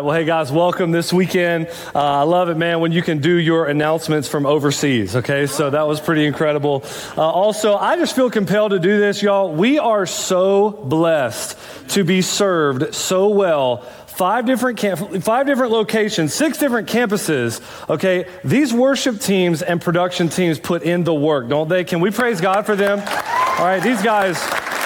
Well, hey guys, welcome this weekend. I love it, man, when you can do your announcements from overseas, okay? So that was pretty incredible. Also, I just feel compelled to do this, y'all. We are so blessed to be served so well. 5 different locations, 6 different campuses, okay? These worship teams and production teams put in the work, don't they? Can we praise God for them? All right, these guys,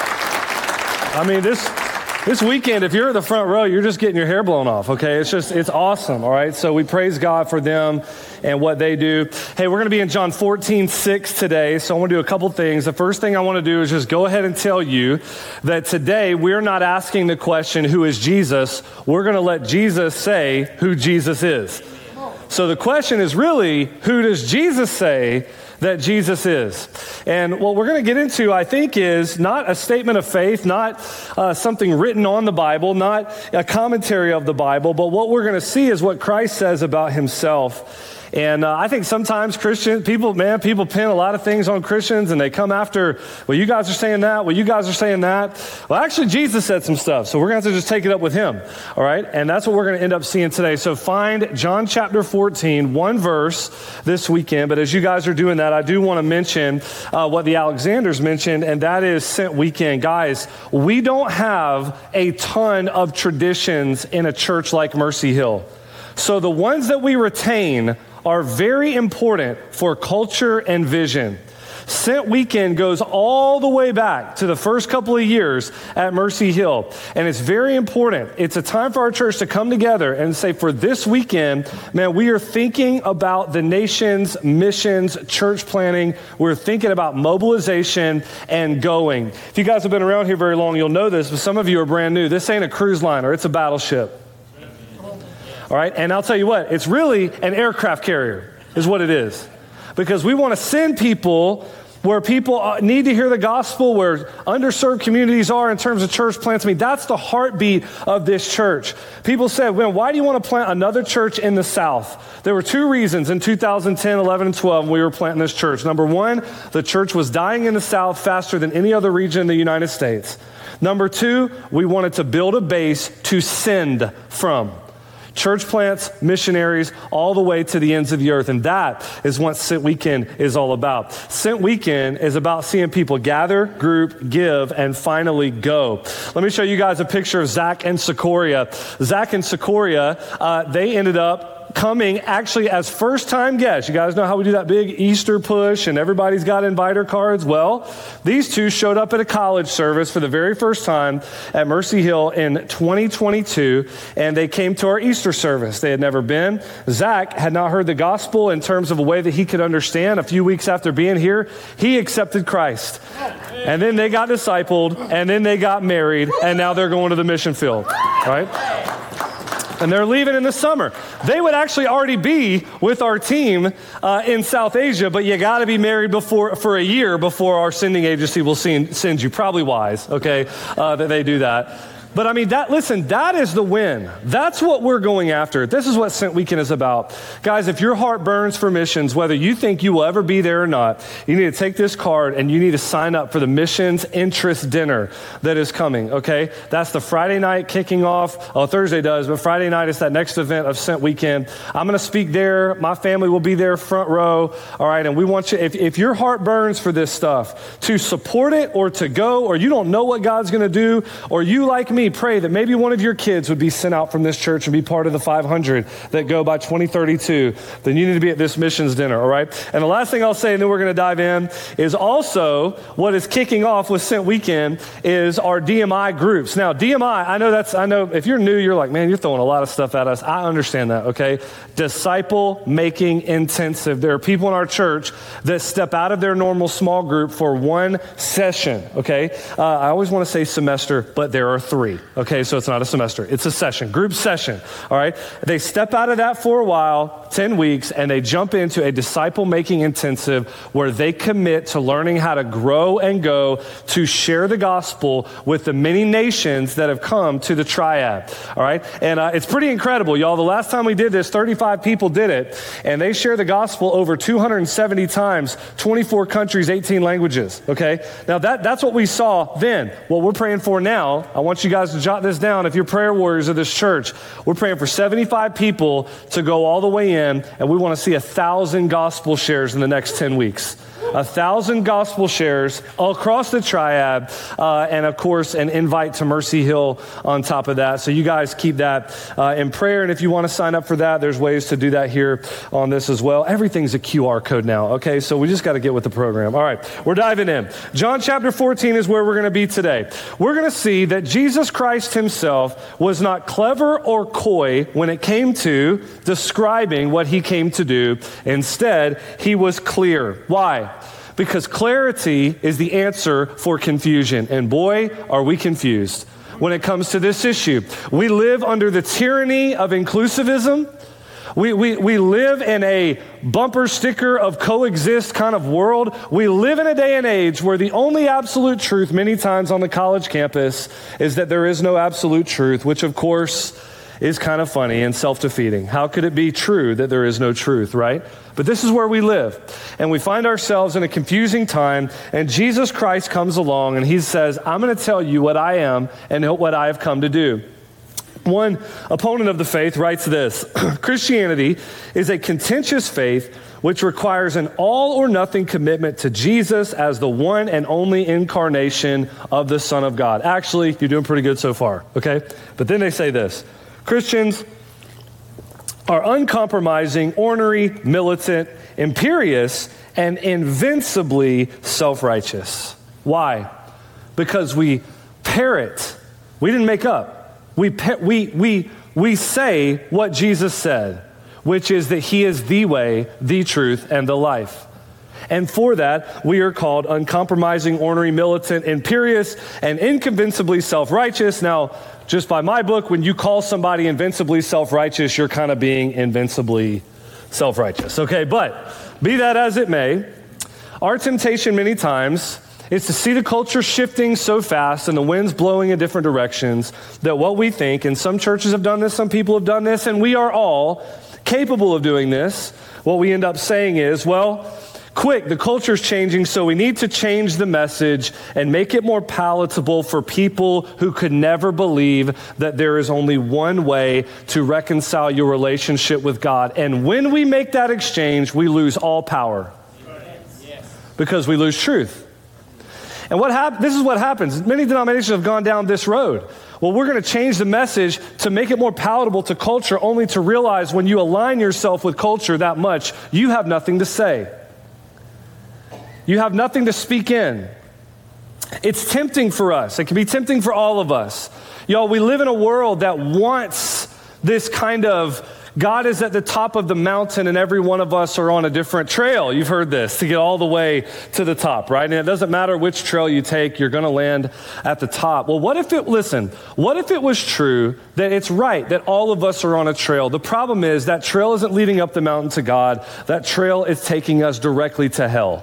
I mean, this weekend, if you're in the front row, you're just getting your hair blown off, okay? It's awesome, all right? So we praise God for them and what they do. Hey, we're going to be in John 14:6 today, so I want to do a couple things. The first thing I want to do is just go ahead and tell you that today we're not asking the question, who is Jesus? We're going to let Jesus say who Jesus is. So the question is really, who does Jesus say that Jesus is? And what we're going to get into, I think, is not a statement of faith, not something written on the Bible, not a commentary of the Bible, but what we're going to see is what Christ says about himself. And I think sometimes people pin a lot of things on Christians and they come after, well, you guys are saying that, well, you guys are saying that. Well, actually, Jesus said some stuff, so we're going to have to just take it up with him, all right? And that's what we're going to end up seeing today. So find John chapter 14, one verse this weekend. But as you guys are doing that, I do want to mention what the Alexanders mentioned, and that is Sent Weekend. Guys, we don't have a ton of traditions in a church like Mercy Hill. So the ones that we retain are very important for culture and vision. Sent Weekend goes all the way back to the first couple of years at Mercy Hill, and it's very important. It's a time for our church to come together and say, for this weekend, man, we are thinking about the nation's missions, church planning. We're thinking about mobilization and going. If you guys have been around here very long, you'll know this, but some of you are brand new. This ain't a cruise liner, it's a battleship. All right, and I'll tell you what, it's really an aircraft carrier is what it is. Because we want to send people where people need to hear the gospel, where underserved communities are in terms of church plants. I mean, that's the heartbeat of this church. People said, well, why do you want to plant another church in the South? There were 2 reasons in 2010, 11, and 12 when we were planting this church. Number 1, the church was dying in the South faster than any other region in the United States. Number 2, we wanted to build a base to send from. Church plants, missionaries, all the way to the ends of the earth. And that is what Sent Weekend is all about. Sent Weekend is about seeing people gather, group, give, and finally go. Let me show you guys a picture of Zach and Secoria. Zach and Secoria, they ended up coming actually as first-time guests. You guys know how we do that big Easter push and everybody's got inviter cards? Well, these two showed up at a college service for the very first time at Mercy Hill in 2022, and they came to our Easter service. They had never been. Zach had not heard the gospel in terms of a way that he could understand. A few weeks after being here, he accepted Christ. And then they got discipled, and then they got married, and now they're going to the mission field, right? And they're leaving in the summer. They would actually already be with our team in South Asia, but you got to be married for a year before our sending agency will send you. Probably wise, okay, that they do that. But I mean, that is the win. That's what we're going after. This is what Sent Weekend is about. Guys, if your heart burns for missions, whether you think you will ever be there or not, you need to take this card and you need to sign up for the missions interest dinner that is coming, okay? That's the Friday night kicking off. Oh, Thursday does, but Friday night is that next event of Sent Weekend. I'm going to speak there. My family will be there front row, all right? And we want you, if your heart burns for this stuff, to support it or to go, or you don't know what God's going to do, or you, like me, pray that maybe one of your kids would be sent out from this church and be part of the 500 that go by 2032, then you need to be at this missions dinner, all right? And the last thing I'll say, and then we're going to dive in, is also what is kicking off with Sent Weekend is our DMI groups. Now, DMI, I know if you're new, you're like, man, you're throwing a lot of stuff at us. I understand that, okay? Disciple making intensive. There are people in our church that step out of their normal small group for one session, okay? I always want to say semester, but there are 3. Okay, so it's not a semester. It's a session, group session, all right? They step out of that for a while, 10 weeks, and they jump into a disciple-making intensive where they commit to learning how to grow and go to share the gospel with the many nations that have come to the Triad, all right? And it's pretty incredible, y'all. The last time we did this, 35 people did it, and they share the gospel over 270 times, 24 countries, 18 languages, okay? Now, that's what we saw then. What we're praying for now, I want you guys guys to jot this down. If you're prayer warriors of this church, we're praying for 75 people to go all the way in, and we want to see 1,000 gospel shares in the next 10 weeks. 1,000 gospel shares all across the triad, and of course, an invite to Mercy Hill on top of that. So you guys keep that in prayer, and if you want to sign up for that, there's ways to do that here on this as well. Everything's a QR code now, okay? So we just got to get with the program. All right, we're diving in. John chapter 14 is where we're going to be today. We're going to see that Jesus Christ himself was not clever or coy when it came to describing what he came to do. Instead, he was clear. Why? Because clarity is the answer for confusion. And boy, are we confused when it comes to this issue. We live under the tyranny of inclusivism. We live in a bumper sticker of coexist kind of world. We live in a day and age where the only absolute truth many times on the college campus is that there is no absolute truth, which of course is kind of funny and self-defeating. How could it be true that there is no truth, right? But this is where we live. And we find ourselves in a confusing time, and Jesus Christ comes along and he says, I'm going to tell you what I am and what I have come to do. One opponent of the faith writes this: Christianity is a contentious faith which requires an all or nothing commitment to Jesus as the one and only incarnation of the Son of God. Actually, you're doing pretty good so far, okay? But then they say this: Christians are uncompromising, ornery, militant, imperious, and invincibly self-righteous. Why? Because we parrot. We didn't make up. We say what Jesus said, which is that he is the way, the truth, and the life. And for that, we are called uncompromising, ornery, militant, imperious, and inconvincibly self-righteous. Now, just by my book, when you call somebody invincibly self-righteous, you're kind of being invincibly self-righteous. Okay, but be that as it may, our temptation many times is to see the culture shifting so fast and the winds blowing in different directions that what we think, and some churches have done this, some people have done this, and we are all capable of doing this. What we end up saying is, well, quick, the culture's changing, so we need to change the message and make it more palatable for people who could never believe that there is only one way to reconcile your relationship with God. And when we make that exchange, we lose all power because we lose truth. And this is what happens. Many denominations have gone down this road. Well, we're going to change the message to make it more palatable to culture, only to realize when you align yourself with culture that much, you have nothing to say. You have nothing to speak in. It's tempting for us. It can be tempting for all of us. Y'all, we live in a world that wants this kind of God is at the top of the mountain and every one of us are on a different trail. You've heard this, to get all the way to the top, right? And it doesn't matter which trail you take, you're going to land at the top. Well, what if it was true that it's right that all of us are on a trail? The problem is that trail isn't leading up the mountain to God. That trail is taking us directly to hell.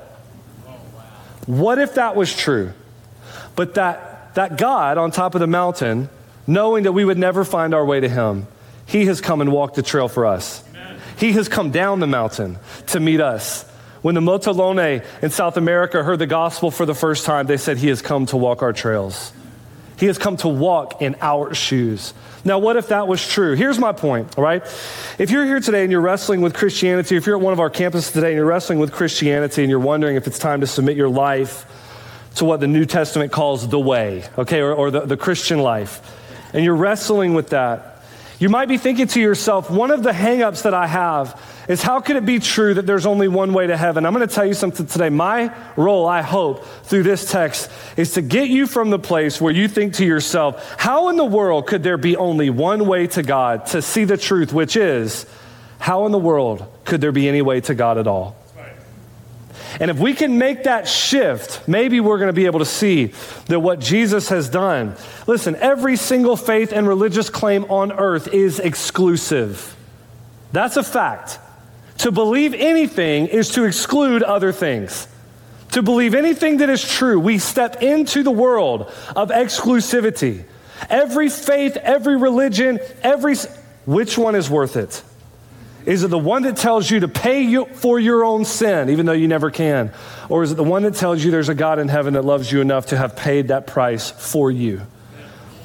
What if that was true? But that God on top of the mountain, knowing that we would never find our way to him, he has come and walked the trail for us. Amen. He has come down the mountain to meet us. When the Motolone in South America heard the gospel for the first time, they said, he has come to walk our trails. He has come to walk in our shoes. Now, what if that was true? Here's my point, all right? If you're here today and you're wrestling with Christianity, if you're at one of our campuses today and you're wrestling with Christianity and you're wondering if it's time to submit your life to what the New Testament calls the way, okay, or the Christian life, and you're wrestling with that, you might be thinking to yourself, one of the hang-ups that I have is how could it be true that there's only one way to heaven? I'm going to tell you something today. My role, I hope, through this text is to get you from the place where you think to yourself, how in the world could there be only one way to God, to see the truth, which is, how in the world could there be any way to God at all? And if we can make that shift, maybe we're going to be able to see that what Jesus has done. Listen, every single faith and religious claim on earth is exclusive. That's a fact. To believe anything is to exclude other things. To believe anything that is true, we step into the world of exclusivity. Every faith, every religion, which one is worth it? Is it the one that tells you to pay for your own sin, even though you never can? Or is it the one that tells you there's a God in heaven that loves you enough to have paid that price for you?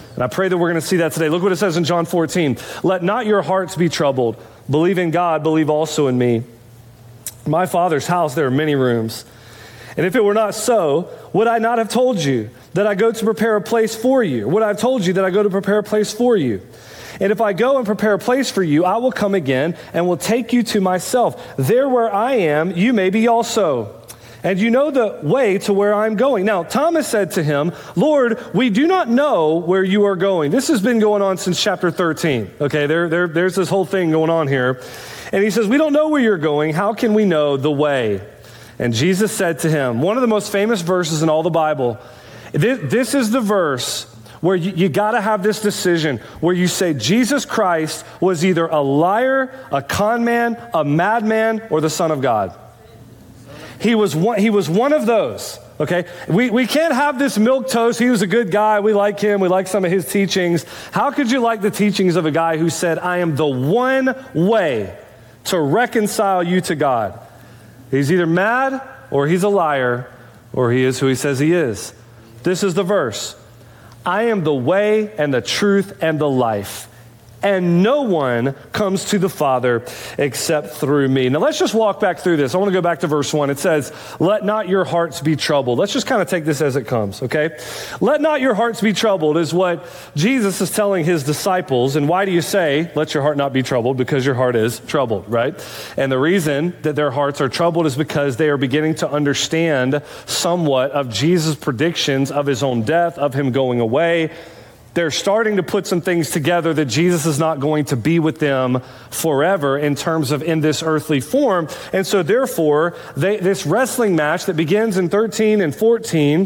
And I pray that we're going to see that today. Look what it says in John 14. Let not your hearts be troubled. Believe in God, believe also in me. In my Father's house there are many rooms. And if it were not so, would I not have told you that I go to prepare a place for you? Would I have told you that I go to prepare a place for you? And if I go and prepare a place for you, I will come again and will take you to myself. There where I am, you may be also. And you know the way to where I'm going. Now, Thomas said to him, Lord, we do not know where you are going. This has been going on since chapter 13. Okay, there's this whole thing going on here. And he says, we don't know where you're going. How can we know the way? And Jesus said to him, one of the most famous verses in all the Bible. This is the verse where you got to have this decision where you say Jesus Christ was either a liar, a con man, a madman, or the Son of God. He was one of those, okay? We can't have this milquetoast. He was a good guy. We like him. We like some of his teachings. How could you like the teachings of a guy who said, I am the one way to reconcile you to God? He's either mad or he's a liar or he is who he says he is. This is the verse. I am the way and the truth and the life. And no one comes to the Father except through me. Now let's just walk back through this. I want to go back to verse 1. It says, let not your hearts be troubled. Let's just kind of take this as it comes, okay? Let not your hearts be troubled is what Jesus is telling his disciples. And why do you say, let your heart not be troubled? Because your heart is troubled, right? And the reason that their hearts are troubled is because they are beginning to understand somewhat of Jesus' predictions of his own death, of him going away. They're starting to put some things together that Jesus is not going to be with them forever in terms of in this earthly form. And so therefore, this wrestling match that begins in 13 and 14,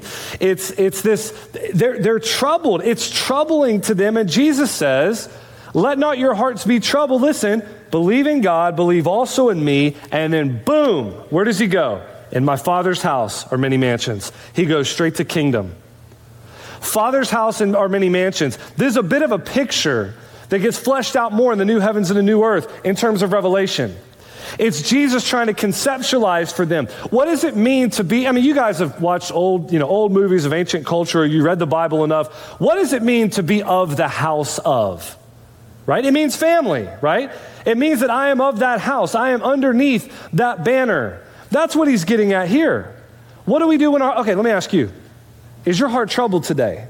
they're troubled. It's troubling to them. And Jesus says, let not your hearts be troubled. Listen, believe in God, believe also in me. And then boom, where does he go? In my Father's house are many mansions. He goes straight to kingdom. Father's house are many mansions. This is a bit of a picture that gets fleshed out more in the new heavens and the new earth in terms of Revelation. It's Jesus trying to conceptualize for them. What does it mean to be, you guys have watched old movies of ancient culture, you read the Bible enough. What does it mean to be of the house of? Right? It means family, right? It means that I am of that house. I am underneath that banner. That's what he's getting at here. What do we do okay, let me ask you. Is your heart troubled today?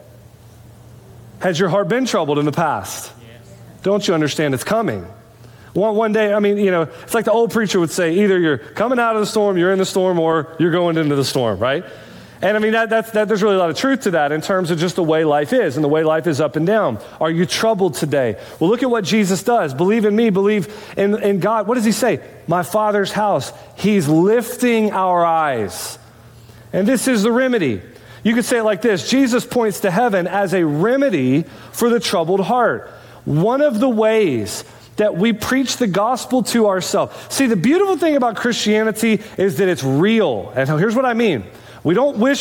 Has your heart been troubled in the past? Yes. Don't you understand it's coming? One day, it's like the old preacher would say, either you're coming out of the storm, you're in the storm, or you're going into the storm, right? And there's really a lot of truth to that in terms of just the way life is, and the way life is up and down. Are you troubled today? Well, look at what Jesus does. Believe in me, believe in God. What does he say? My Father's house. He's lifting our eyes. And this is the remedy. You could say it like this. Jesus points to heaven as a remedy for the troubled heart. One of the ways that we preach the gospel to ourselves. See, the beautiful thing about Christianity is that it's real. And here's what I mean. We're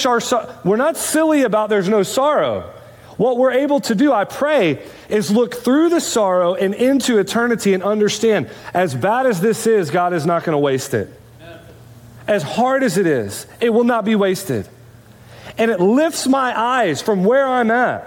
not silly about there's no sorrow. What we're able to do, I pray, is look through the sorrow and into eternity and understand, as bad as this is, God is not going to waste it. As hard as it is, it will not be wasted. And it lifts my eyes from where I'm at.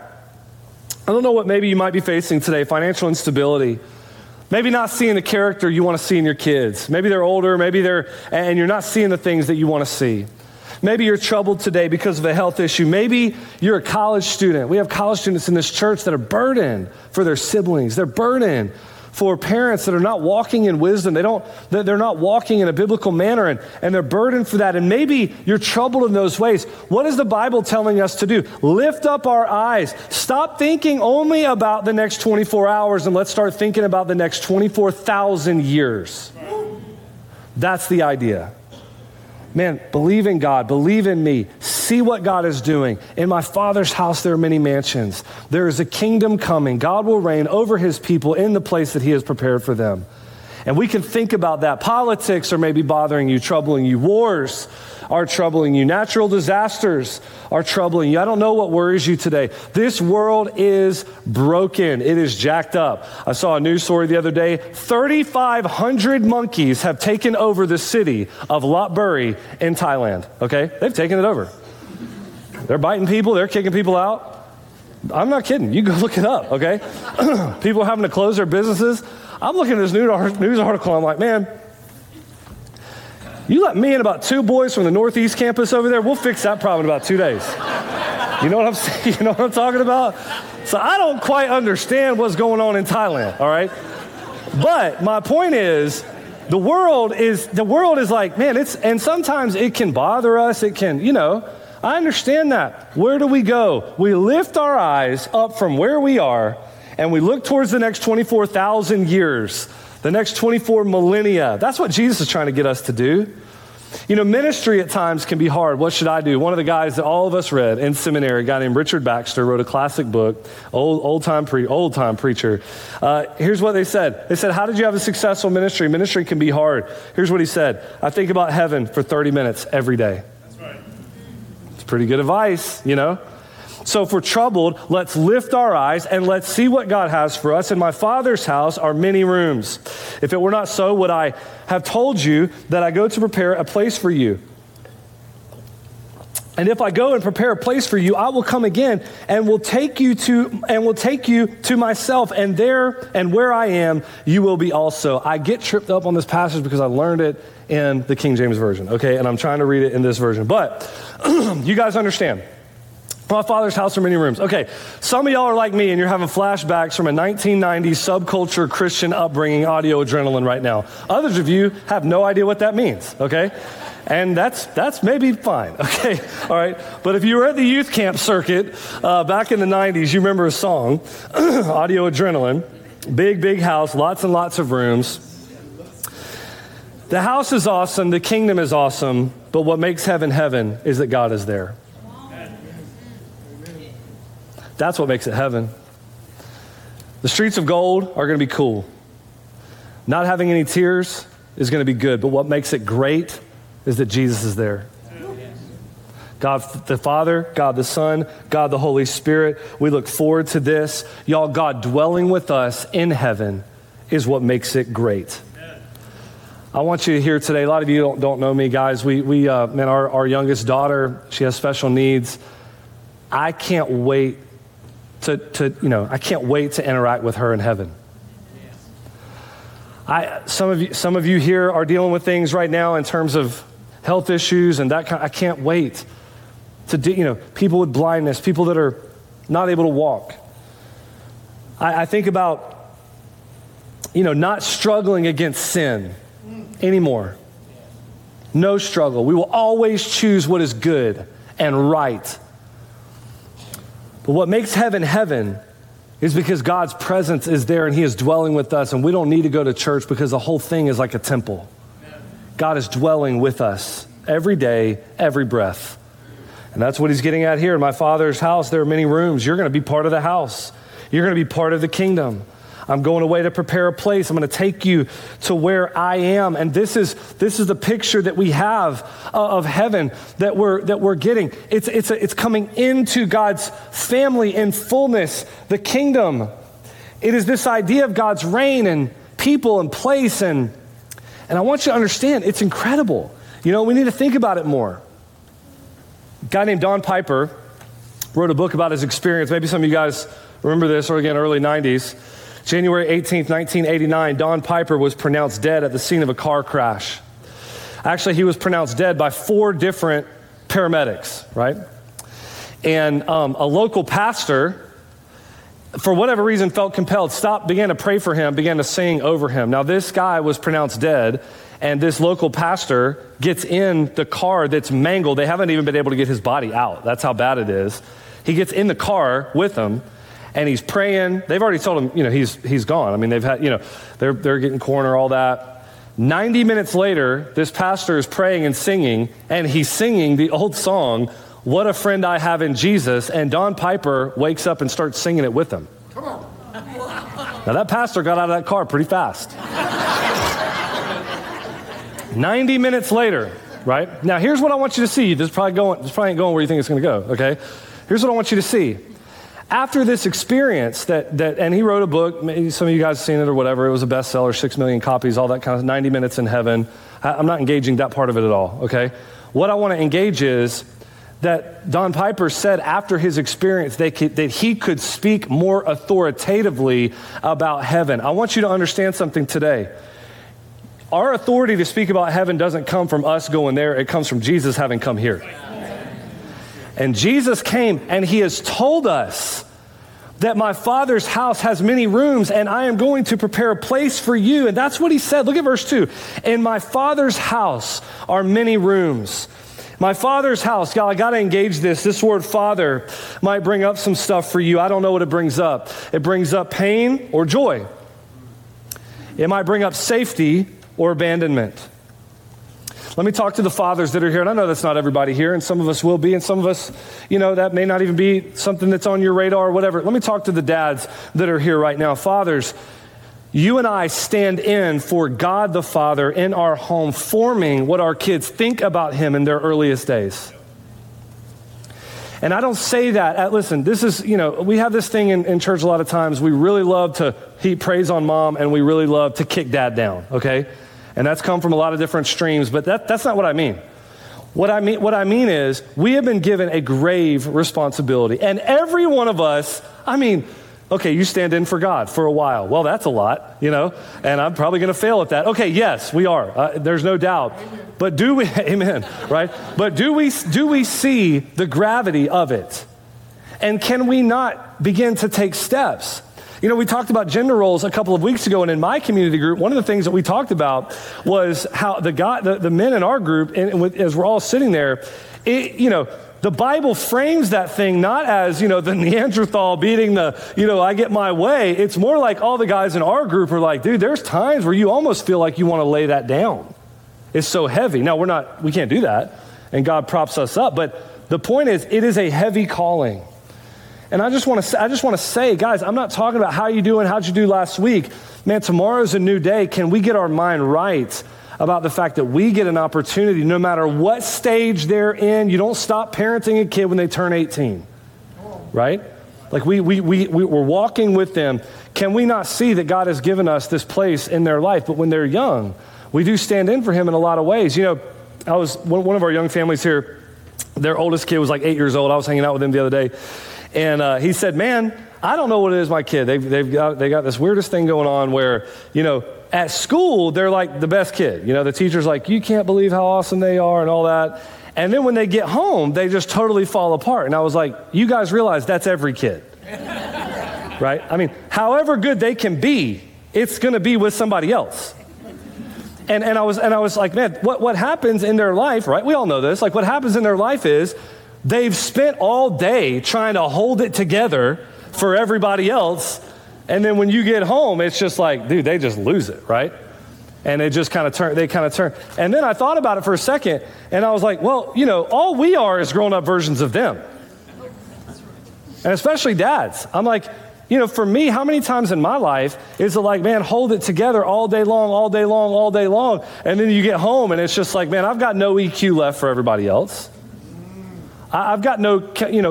I don't know what maybe you might be facing today, financial instability. Maybe not seeing the character you want to see in your kids. Maybe they're older, and you're not seeing the things that you want to see. Maybe you're troubled today because of a health issue. Maybe you're a college student. We have college students in this church that are burdened for their siblings. They're burdened for parents that are not walking in wisdom. They're not walking in a biblical manner, and they're burdened for that. And maybe you're troubled in those ways. What is the Bible telling us to do? Lift up our eyes. Stop thinking only about the next 24 hours, and let's start thinking about the next 24,000 years. That's the idea. Man, believe in God, believe in me, see what God is doing. In my Father's house, there are many mansions. There is a kingdom coming. God will reign over his people in the place that he has prepared for them. And we can think about that. Politics are maybe bothering you, troubling you. Wars are troubling you. Natural disasters are troubling you. I don't know what worries you today. This world is broken. It is jacked up. I saw a news story the other day. 3,500 monkeys have taken over the city of Lopburi in Thailand. Okay? They've taken it over. They're biting people. They're kicking people out. I'm not kidding. You go look it up, okay? People having to close their businesses. I'm looking at this news article. I'm like, man, you let me and about 2 boys from the Northeast campus over there, we'll fix that problem in about 2 days. You know what I'm saying? You know what I'm talking about? So I don't quite understand what's going on in Thailand, all right? But my point is, the world is like, man, and sometimes it can bother us. It can, I understand that. Where do we go? We lift our eyes up from where we are and we look towards the next 24,000 years, the next 24 millennia. That's what Jesus is trying to get us to do. Ministry at times can be hard. What should I do? One of the guys that all of us read in seminary, a guy named Richard Baxter, wrote a classic book, old time preacher. Here's what they said. They said, how did you have a successful ministry? Ministry can be hard. Here's what he said. I think about heaven for 30 minutes every day. That's right. It's pretty good advice, So if we're troubled, let's lift our eyes and let's see what God has for us. In my Father's house are many rooms. If it were not so, would I have told you that I go to prepare a place for you? And if I go and prepare a place for you, I will come again and will take you to myself, and there and where I am, you will be also. I get tripped up on this passage because I learned it in the King James Version, okay? And I'm trying to read it in this version. But you guys understand. My Father's house are many rooms. Okay, some of y'all are like me and you're having flashbacks from a 1990s subculture Christian upbringing, audio adrenaline right now. Others of you have no idea what that means, okay? And that's maybe fine, okay? All right, but if you were at the youth camp circuit back in the 90s, you remember a song, Audio Adrenaline, big house, lots and lots of rooms. The house is awesome, the kingdom is awesome, but what makes heaven heaven is that God is there. That's what makes it heaven. The streets of gold are going to be cool. Not having any tears is going to be good, but what makes it great is that Jesus is there. God the Father, God the Son, God the Holy Spirit. We look forward to this. Y'all, God dwelling with us in heaven is what makes it great. I want you to hear today, a lot of you don't know me, guys. Our youngest daughter, she has special needs. I can't wait I can't wait to interact with her in heaven. Some of you here are dealing with things right now in terms of health issues and that kind. I can't wait to do, people with blindness, people that are not able to walk. I think about, not struggling against sin anymore. No struggle. We will always choose what is good and right. But what makes heaven heaven is because God's presence is there and he is dwelling with us, and we don't need to go to church because the whole thing is like a temple. God is dwelling with us every day, every breath. And that's what he's getting at here. In my Father's house, there are many rooms. You're going to be part of the house. You're going to be part of the kingdom. I'm going away to prepare a place. I'm going to take you to where I am. And this is the picture that we have of heaven that we're getting. It's coming into God's family in fullness, the kingdom. It is this idea of God's reign and people and place. And I want you to understand, it's incredible. We need to think about it more. A guy named Don Piper wrote a book about his experience. Maybe some of you guys remember this, or again, early 90s. January 18th, 1989, Don Piper was pronounced dead at the scene of a car crash. Actually, he was pronounced dead by 4 different paramedics, right? And a local pastor, for whatever reason, felt compelled, began to pray for him, began to sing over him. Now, this guy was pronounced dead, and this local pastor gets in the car that's mangled. They haven't even been able to get his body out. That's how bad it is. He gets in the car with him, and he's praying. They've already told him, he's gone. I mean, they've had, they're getting coroner, all that. 90 minutes later, this pastor is praying and singing, and he's singing the old song, "What a Friend I Have in Jesus," and Don Piper wakes up and starts singing it with him. Come on. Now, that pastor got out of that car pretty fast. 90 minutes later, right? Now, here's what I want you to see. This probably ain't going where you think it's going to go, okay? Here's what I want you to see. After this experience and he wrote a book, maybe some of you guys have seen it or whatever, it was a bestseller, 6 million copies, all that kind of 90 minutes in heaven. I'm not engaging that part of it at all, okay? What I want to engage is that Don Piper said after his experience that he could speak more authoritatively about heaven. I want you to understand something today. Our authority to speak about heaven doesn't come from us going there. It comes from Jesus having come here. And Jesus came and he has told us that my Father's house has many rooms and I am going to prepare a place for you. And that's what he said. Look at verse 2. In my Father's house are many rooms. My Father's house, God, I got to engage this. This word Father might bring up some stuff for you. I don't know what it brings up. It brings up pain or joy. It might bring up safety or abandonment. Let me talk to the fathers that are here. And I know that's not everybody here, and some of us will be, and some of us, that may not even be something that's on your radar or whatever. Let me talk to the dads that are here right now. Fathers, you and I stand in for God the Father in our home, forming what our kids think about him in their earliest days. And I don't say that, listen, this is, we have this thing in church a lot of times. We really love to heap praise on mom, and we really love to kick dad down, okay? And that's come from a lot of different streams, but that's not what I mean. What I mean is we have been given a grave responsibility. And every one of us, okay, you stand in for God for a while. Well, that's a lot, and I'm probably going to fail at that. Okay, yes, we are. There's no doubt. But do we, amen, right? But do we see the gravity of it? And can we not begin to take steps? We talked about gender roles a couple of weeks ago, and in my community group, one of the things that we talked about was how the men in our group, as we're all sitting there, the Bible frames that thing not as, the Neanderthal beating I get my way. It's more like all the guys in our group are like, dude, there's times where you almost feel like you want to lay that down. It's so heavy. Now, we can't do that, and God props us up, but the point is, it is a heavy calling. And I just want to say, guys, I'm not talking about how you doing, how'd you do last week. Man, tomorrow's a new day. Can we get our mind right about the fact that we get an opportunity, no matter what stage they're in? You don't stop parenting a kid when they turn 18, right? Like we're walking with them. Can we not see that God has given us this place in their life? But when they're young, we do stand in for him in a lot of ways. I was one of our young families here. Their oldest kid was like 8 years old. I was hanging out with him the other day. And he said, man, I don't know what it is, my kid. They got this weirdest thing going on where, at school, they're like the best kid. The teacher's like, you can't believe how awesome they are and all that. And then when they get home, they just totally fall apart. And I was like, you guys realize that's every kid, right? However good they can be, it's going to be with somebody else. And I was like, man, what happens in their life, right? We all know this. Like what happens in their life is, they've spent all day trying to hold it together for everybody else. And then when you get home, it's just like, dude, they just lose it, right? And they kind of turn. And then I thought about it for a second, and I was like, well, all we are is grown-up versions of them. And especially dads. I'm like, for me, how many times in my life is it like, man, hold it together all day long, all day long, all day long. And then you get home, and it's just like, man, I've got no EQ left for everybody else. I've got no,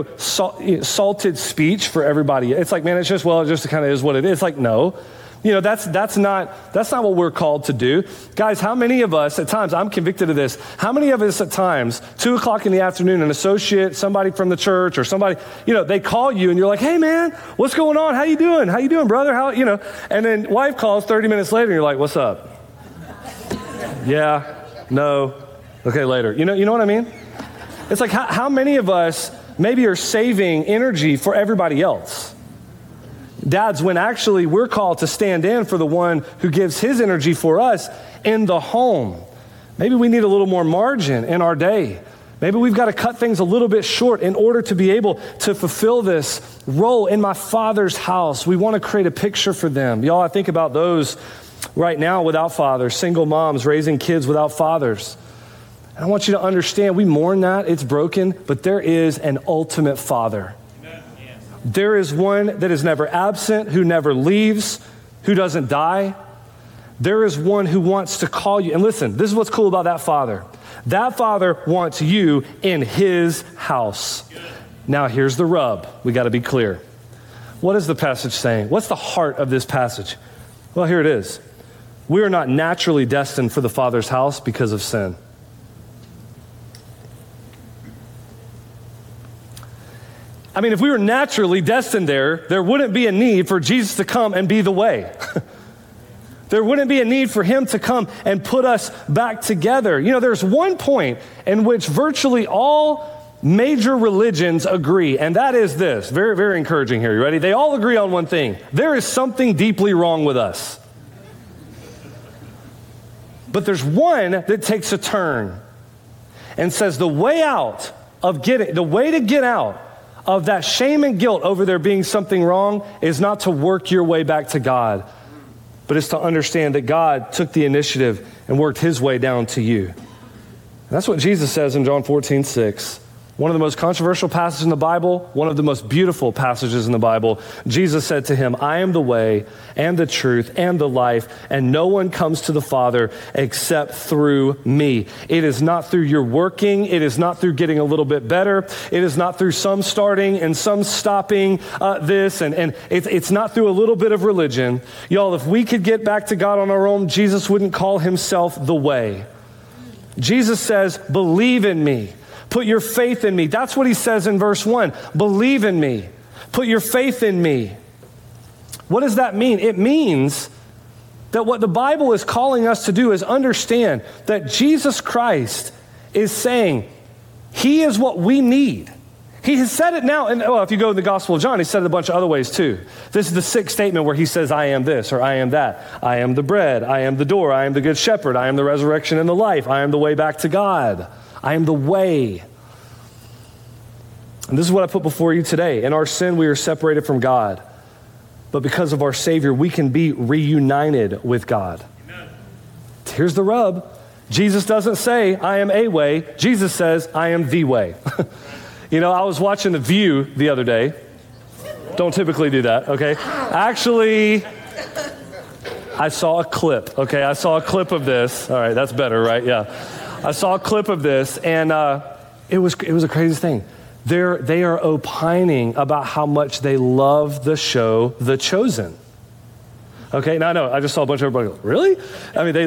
salted speech for everybody. It's like, man, it just kind of is what it is. It's like, no, that's not what we're called to do. Guys, how many of us at times, I'm convicted of this, how many of us at times, 2:00 in the afternoon, an associate, somebody from the church or somebody, they call you and you're like, hey man, what's going on? How you doing? How you doing, brother? And then wife calls 30 minutes later and you're like, what's up? Yeah, no, okay, later. You know what I mean? It's like how many of us maybe are saving energy for everybody else? Dads, when actually we're called to stand in for the one who gives his energy for us in the home. Maybe we need a little more margin in our day. Maybe we've got to cut things a little bit short in order to be able to fulfill this role in my Father's house. We want to create a picture for them. Y'all, I think about those right now without fathers, single moms raising kids without fathers. And I want you to understand, we mourn that, it's broken, but there is an ultimate Father. There is one that is never absent, who never leaves, who doesn't die. There is one who wants to call you. And listen, this is what's cool about that Father. That Father wants you in his house. Now here's the rub. We got to be clear. What is the passage saying? What's the heart of this passage? Well, here it is. We are not naturally destined for the Father's house because of sin. I mean, if we were naturally destined there wouldn't be a need for Jesus to come and be the way. There wouldn't be a need for him to come and put us back together. You know, there's one point in which virtually all major religions agree, and that is this. Very, very encouraging here. You ready? They all agree on one thing. There is something deeply wrong with us. But there's one that takes a turn and says the way to get out of that shame and guilt over there being something wrong is not to work your way back to God, but it's to understand that God took the initiative and worked his way down to you. And that's what Jesus says in John 14:6. One of the most controversial passages in the Bible, one of the most beautiful passages in the Bible. Jesus said to him, I am the way and the truth and the life, and no one comes to the Father except through me. It is not through your working. It is not through getting a little bit better. It is not through some starting and some stopping this, and it's not through a little bit of religion. Y'all, if we could get back to God on our own, Jesus wouldn't call himself the way. Jesus says, believe in me. Put your faith in me. That's what he says in verse 1. Believe in me. Put your faith in me. What does that mean? It means that what the Bible is calling us to do is understand that Jesus Christ is saying he is what we need. He has said it now, and if you go to the Gospel of John, he said it a bunch of other ways too. This is the sixth statement where he says, I am this, or I am that. I am the bread. I am the door. I am the good shepherd. I am the resurrection and the life. I am the way back to God. I am the way. And this is what I put before you today. In our sin, we are separated from God. But because of our Savior, we can be reunited with God. Amen. Here's the rub. Jesus doesn't say, I am a way. Jesus says, I am the way. You know, I was watching The View the other day. Don't typically do that, okay? Actually, I saw a clip, okay? I saw a clip of this. All right, that's better, right? Yeah. I saw a clip of this, and it was a crazy thing. They are opining about how much they love the show The Chosen. Okay, now I know I just saw a bunch of everybody go, really? I mean,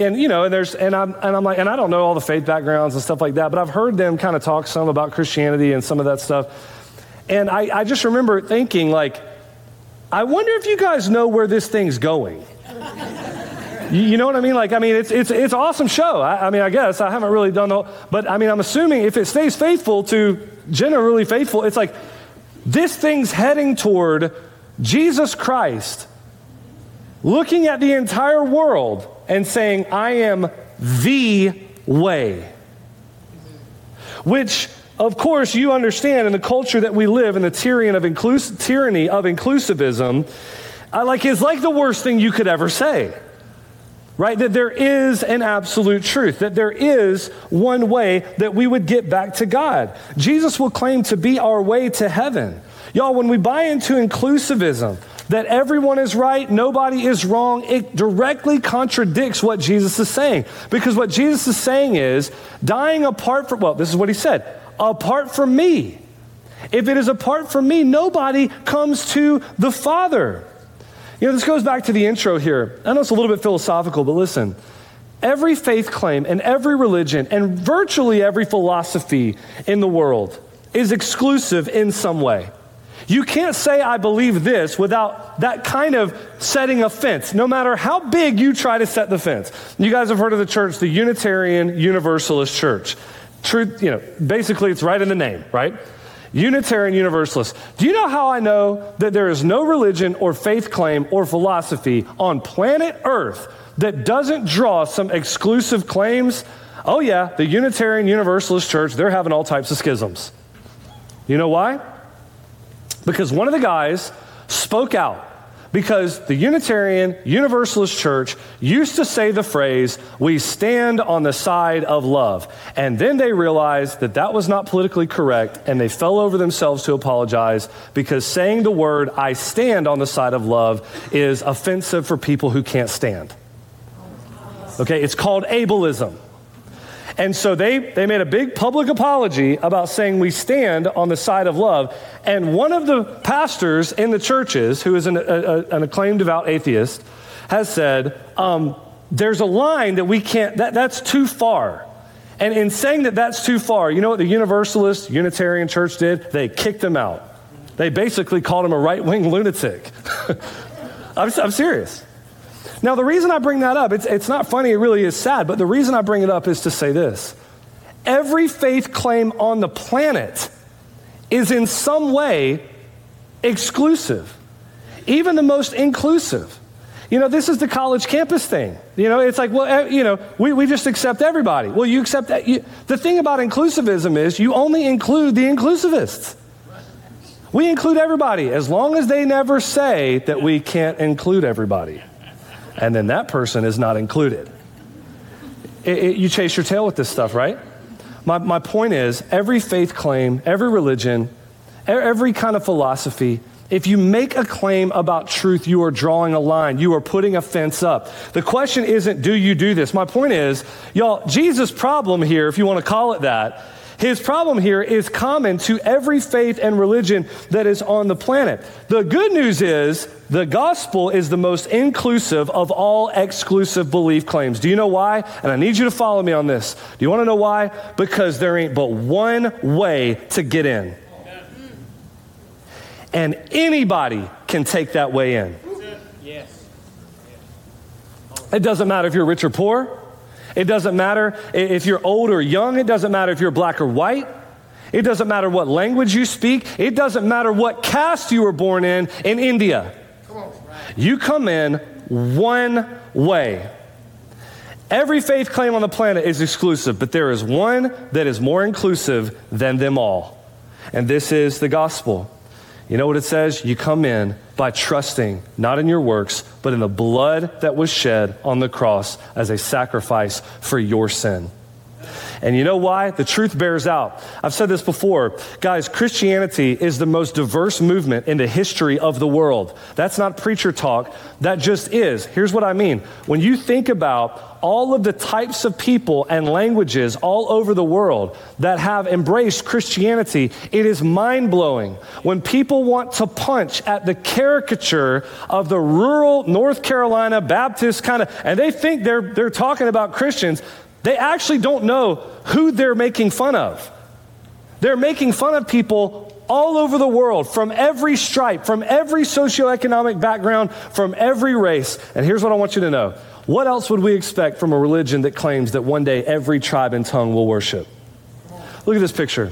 I'm like, and I don't know all the faith backgrounds and stuff like that, but I've heard them kind of talk some about Christianity and some of that stuff. And I just remember thinking, like, I wonder if you guys know where this thing's going. You know what I mean? Like, I mean, it's an awesome show. I guess I haven't really done all, but I mean, I'm assuming if it stays faithful to generally faithful, it's like this thing's heading toward Jesus Christ, looking at the entire world and saying, I am the way. Which, of course, you understand in the culture that we live in, the tyranny of inclusivism, is like the worst thing you could ever say. Right? That there is an absolute truth, that there is one way that we would get back to God. Jesus will claim to be our way to heaven. Y'all, when we buy into inclusivism, that everyone is right, nobody is wrong, it directly contradicts what Jesus is saying. Because what Jesus is saying is, dying apart from, this is what he said, apart from me. If it is apart from me, nobody comes to the Father. You know, this goes back to the intro here. I know it's a little bit philosophical, but listen. Every faith claim and every religion and virtually every philosophy in the world is exclusive in some way. You can't say, I believe this, without that kind of setting a fence, no matter how big you try to set the fence. You guys have heard of the church, the Unitarian Universalist Church. Truth, basically it's right in the name, right? Unitarian Universalist. Do you know how I know that there is no religion or faith claim or philosophy on planet Earth that doesn't draw some exclusive claims? Oh yeah, the Unitarian Universalist Church, they're having all types of schisms. You know why? Because one of the guys spoke out. Because the Unitarian Universalist Church used to say the phrase, we stand on the side of love. And then they realized that that was not politically correct, and they fell over themselves to apologize because saying the word, I stand on the side of love, is offensive for people who can't stand. Okay, it's called ableism. And so they made a big public apology about saying we stand on the side of love. And one of the pastors in the churches, who is an acclaimed devout atheist, has said, there's a line that we can't, that's too far. And in saying that that's too far, you know what the Universalist Unitarian Church did? They kicked them out. They basically called him a right-wing lunatic. I'm serious. Now, the reason I bring that up, it's not funny, it really is sad, but the reason I bring it up is to say this. Every faith claim on the planet is in some way exclusive, even the most inclusive. This is the college campus thing. It's like, well, we just accept everybody. Well, you accept that. The thing about inclusivism is you only include the inclusivists. We include everybody as long as they never say that we can't include everybody. And then that person is not included. You chase your tail with this stuff, right? My point is, every faith claim, every religion, every kind of philosophy, if you make a claim about truth, you are drawing a line. You are putting a fence up. The question isn't, do you do this? My point is, y'all, Jesus' problem here, if you want to call it that, his problem here is common to every faith and religion that is on the planet. The good news is the gospel is the most inclusive of all exclusive belief claims. Do you know why? And I need you to follow me on this. Do you want to know why? Because there ain't but one way to get in. And anybody can take that way in. Yes. It doesn't matter if you're rich or poor. It doesn't matter if you're old or young. It doesn't matter if you're black or white. It doesn't matter what language you speak. It doesn't matter what caste you were born in India. You come in one way. Every faith claim on the planet is exclusive, but there is one that is more inclusive than them all. And this is the gospel. You know what it says? You come in by trusting, not in your works, but in the blood that was shed on the cross as a sacrifice for your sin. And you know why? The truth bears out. I've said this before. Guys, Christianity is the most diverse movement in the history of the world. That's not preacher talk. That just is. Here's what I mean. When you think about all of the types of people and languages all over the world that have embraced Christianity, it is mind-blowing. When people want to punch at the caricature of the rural North Carolina Baptist and they think they're talking about Christians, they actually don't know who they're making fun of. They're making fun of people all over the world, from every stripe, from every socioeconomic background, from every race. And here's what I want you to know. What else would we expect from a religion that claims that one day every tribe and tongue will worship? Look at this picture.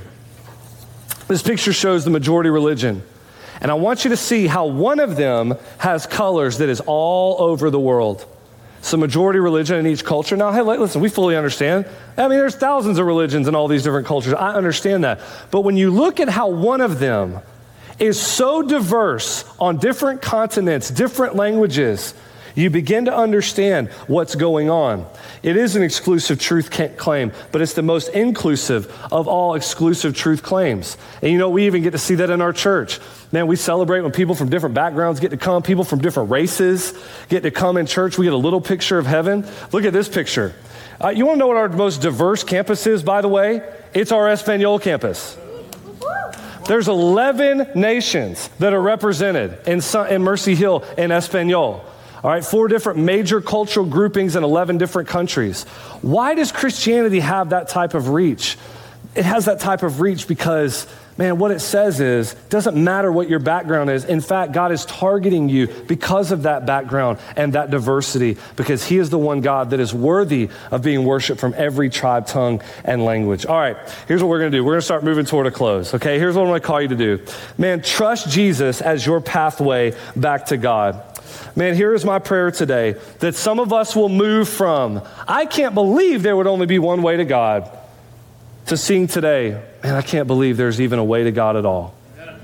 This picture shows the majority religion. And I want you to see how one of them has colors that is all over the world. It's a majority religion in each culture. Now, hey, listen, we fully understand. I mean, there's thousands of religions in all these different cultures. I understand that. But when you look at how one of them is so diverse on different continents, different languages, you begin to understand what's going on. It is an exclusive truth claim, but it's the most inclusive of all exclusive truth claims. And we even get to see that in our church. Man, we celebrate when people from different backgrounds get to come, people from different races get to come in church. We get a little picture of heaven. Look at this picture. You want to know what our most diverse campus is, by the way? It's our Espanol campus. There's 11 nations that are represented in Mercy Hill in Espanol. All right, 4 different major cultural groupings in 11 different countries. Why does Christianity have that type of reach? It has that type of reach because, man, what it says is, it doesn't matter what your background is. In fact, God is targeting you because of that background and that diversity, because he is the one God that is worthy of being worshiped from every tribe, tongue, and language. All right, here's what we're going to do. We're going to start moving toward a close, okay? Here's what I'm going to call you to do. Man, trust Jesus as your pathway back to God. Man, here is my prayer today, that some of us will move from, I can't believe there would only be one way to God, to seeing today, man, I can't believe there's even a way to God at all.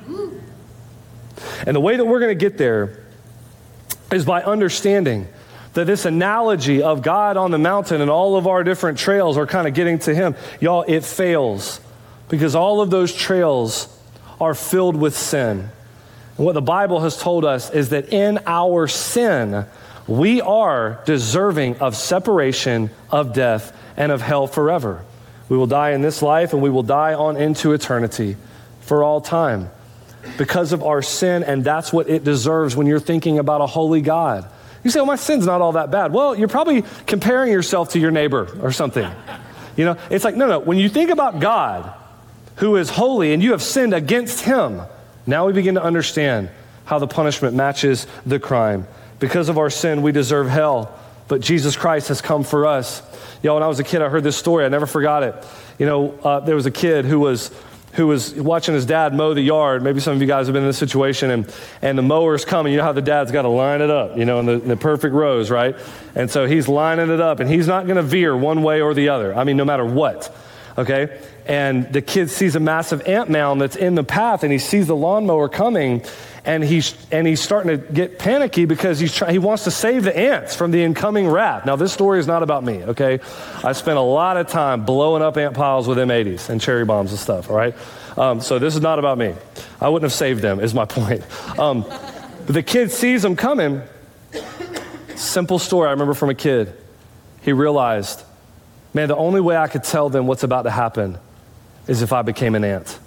And the way that we're going to get there is by understanding that this analogy of God on the mountain and all of our different trails are kind of getting to him. Y'all, it fails because all of those trails are filled with sin. And what the Bible has told us is that in our sin, we are deserving of separation, of death, and of hell forever. We will die in this life and we will die on into eternity for all time because of our sin, and that's what it deserves when you're thinking about a holy God. You say, well, my sin's not all that bad. Well, you're probably comparing yourself to your neighbor or something. It's like, no. When you think about God, who is holy, and you have sinned against him, Now we begin to understand how the punishment matches the crime. Because of our sin, we deserve hell, but Jesus Christ has come for us. When I was a kid, I heard this story. I never forgot it. There was a kid who was watching his dad mow the yard. Maybe some of you guys have been in this situation, and the mower's coming. You know how the dad's got to line it up, in the perfect rows, right? And so he's lining it up, and he's not going to veer one way or the other. I mean, no matter what, okay? And the kid sees a massive ant mound that's in the path, and he sees the lawnmower coming, and he's starting to get panicky because he wants to save the ants from the incoming wrath. Now, this story is not about me, okay? I spent a lot of time blowing up ant piles with M80s and cherry bombs and stuff, all right? So this is not about me. I wouldn't have saved them, is my point. But the kid sees them coming. Simple story I remember from a kid. He realized, man, the only way I could tell them what's about to happen is if I became an ant.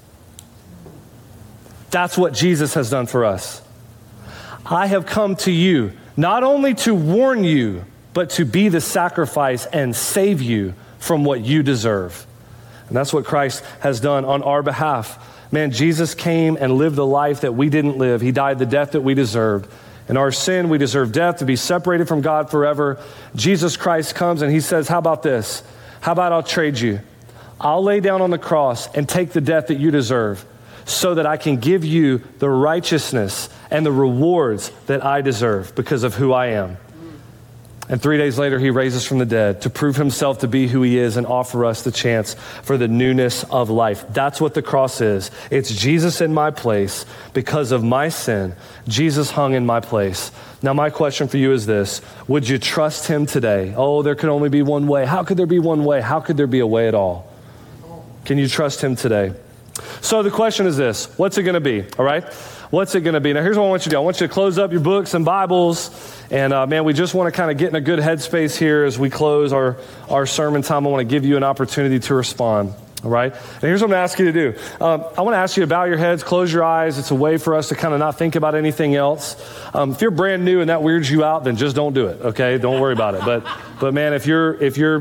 That's what Jesus has done for us. I have come to you, not only to warn you, but to be the sacrifice and save you from what you deserve. And that's what Christ has done on our behalf. Man, Jesus came and lived the life that we didn't live. He died the death that we deserved. In our sin, we deserve death, to be separated from God forever. Jesus Christ comes and he says, how about this? How about I'll trade you? I'll lay down on the cross and take the death that you deserve, so that I can give you the righteousness and the rewards that I deserve because of who I am. And 3 days later, he raises from the dead to prove himself to be who he is and offer us the chance for the newness of life. That's what the cross is. It's Jesus in my place because of my sin. Jesus hung in my place. Now, my question for you is this. Would you trust him today? Oh, there could only be one way. How could there be one way? How could there be a way at all? Can you trust him today? So the question is this, what's it going to be, all right? What's it going to be? Now, here's what I want you to do. I want you to close up your books and Bibles, and man, we just want to kind of get in a good headspace here as we close our sermon time. I want to give you an opportunity to respond, all right? And here's what I'm going to ask you to do. I want to ask you to bow your heads, close your eyes. It's a way for us to kind of not think about anything else. If you're brand new and that weirds you out, then just don't do it, okay? Don't worry about it. But man, if you're,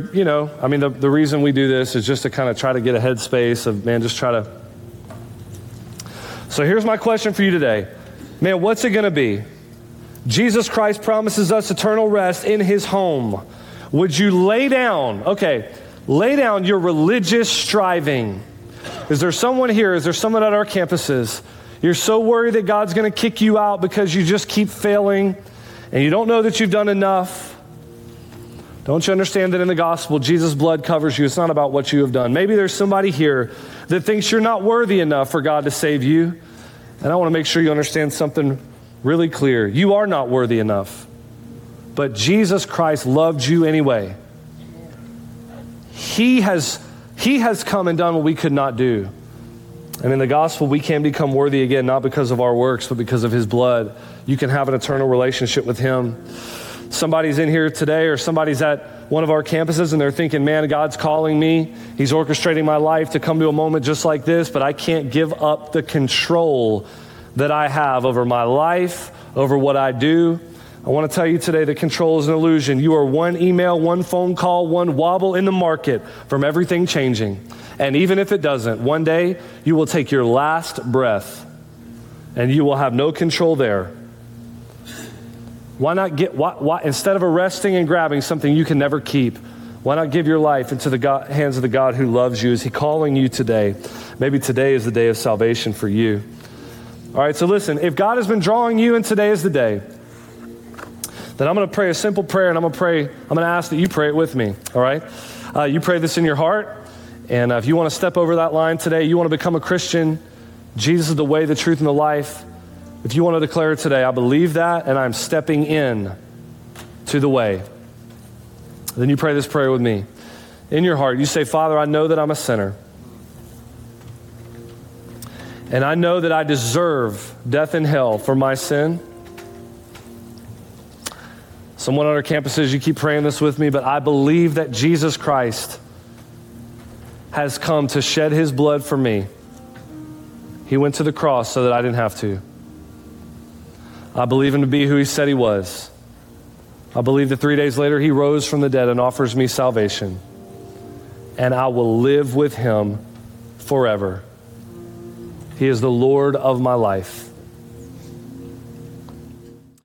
the reason we do this is just to kind of try to get a headspace of, man, just try to. So here's my question for you today. Man, what's it going to be? Jesus Christ promises us eternal rest in his home. Would you lay down your religious striving? Is there someone here? Is there someone at our campuses? You're so worried that God's going to kick you out because you just keep failing and you don't know that you've done enough. Don't you understand that in the gospel, Jesus' blood covers you? It's not about what you have done. Maybe there's somebody here that thinks you're not worthy enough for God to save you. And I want to make sure you understand something really clear. You are not worthy enough. But Jesus Christ loved you anyway. He has come and done what we could not do. And in the gospel, we can become worthy again, not because of our works, but because of his blood. You can have an eternal relationship with him. Somebody's in here today, or somebody's at one of our campuses and they're thinking, man, God's calling me. He's orchestrating my life to come to a moment just like this, but I can't give up the control that I have over my life, over what I do. I want to tell you today that control is an illusion. You are one email, one phone call, one wobble in the market from everything changing. And even if it doesn't, one day you will take your last breath and you will have no control there. Why not instead of arresting and grabbing something you can never keep, why not give your life into the hands of the God who loves you? Is he calling you today? Maybe today is the day of salvation for you. All right, so listen, if God has been drawing you and today is the day, then I'm going to pray a simple prayer, and I'm going to ask that you pray it with me, all right? You pray this in your heart, and if you want to step over that line today, you want to become a Christian, Jesus is the way, the truth, and the life. If you want to declare today, I believe that, and I'm stepping in to the way. Then you pray this prayer with me. In your heart, you say, Father, I know that I'm a sinner. And I know that I deserve death and hell for my sin. Someone on our campuses, you keep praying this with me, but I believe that Jesus Christ has come to shed his blood for me. He went to the cross so that I didn't have to. I believe him to be who he said he was. I believe that 3 days later he rose from the dead and offers me salvation. And I will live with him forever. He is the Lord of my life.